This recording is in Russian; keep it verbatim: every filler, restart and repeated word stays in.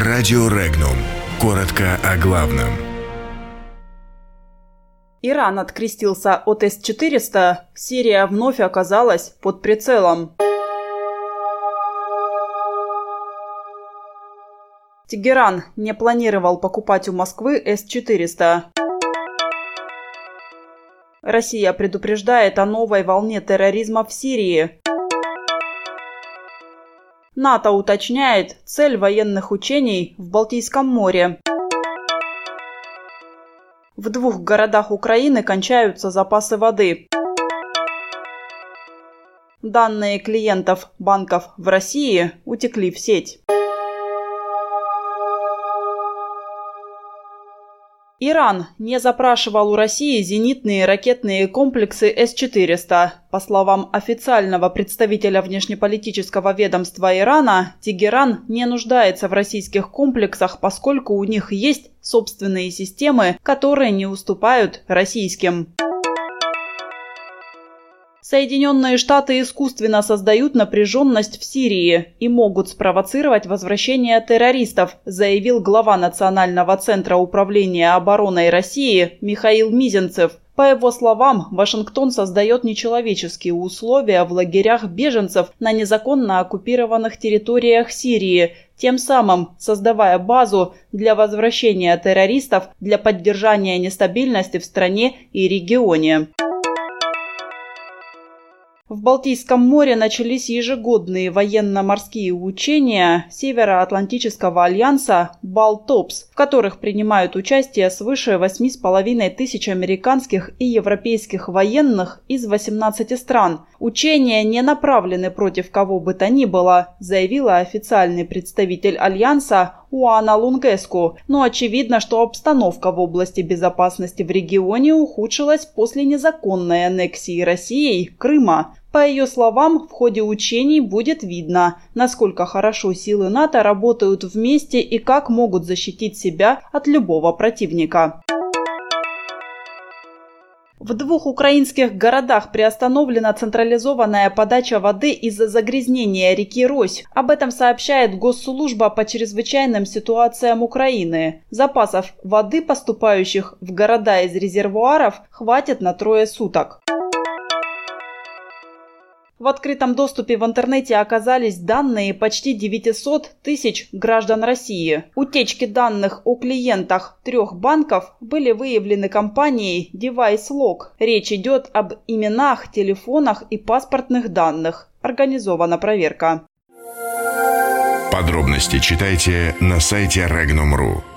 Радио Регнум. Коротко о главном. Иран открестился от эс четыреста, Сирия вновь оказалась под прицелом. Тегеран не планировал покупать у Москвы эс четыреста. Россия предупреждает о новой волне терроризма в Сирии. НАТО уточняет цель военных учений в Балтийском море. В двух городах Украины кончаются запасы воды. Данные клиентов банков в России утекли в сеть. Иран не запрашивал у России зенитные ракетные комплексы эс четыреста. По словам официального представителя внешнеполитического ведомства Ирана, Тегеран не нуждается в российских комплексах, поскольку у них есть собственные системы, которые не уступают российским. Соединенные Штаты искусственно создают напряженность в Сирии и могут спровоцировать возвращение террористов, заявил глава Национального центра управления обороной России Михаил Мизинцев. По его словам, Вашингтон создает нечеловеческие условия в лагерях беженцев на незаконно оккупированных территориях Сирии, тем самым создавая базу для возвращения террористов для поддержания нестабильности в стране и регионе. В Балтийском море начались ежегодные военно-морские учения Североатлантического альянса «Балтопс», в которых принимают участие свыше восьми с половиной тысяч американских и европейских военных из восемнадцати стран. Учения не направлены против кого бы то ни было, заявила официальный представитель альянса Уана Лунгеску, но очевидно, что обстановка в области безопасности в регионе ухудшилась после незаконной аннексии Россией Крыма. По ее словам, в ходе учений будет видно, насколько хорошо силы НАТО работают вместе и как могут защитить себя от любого противника. В двух украинских городах приостановлена централизованная подача воды из-за загрязнения реки Рось. Об этом сообщает Госслужба по чрезвычайным ситуациям Украины. Запасов воды, поступающих в города из резервуаров, хватит на трое суток. В открытом доступе в интернете оказались данные почти девятисот тысяч граждан России. Утечки данных о клиентах трех банков были выявлены компанией DeviceLock. Речь идет об именах, телефонах и паспортных данных. Организована проверка. Подробности читайте на сайте регнум точка ру.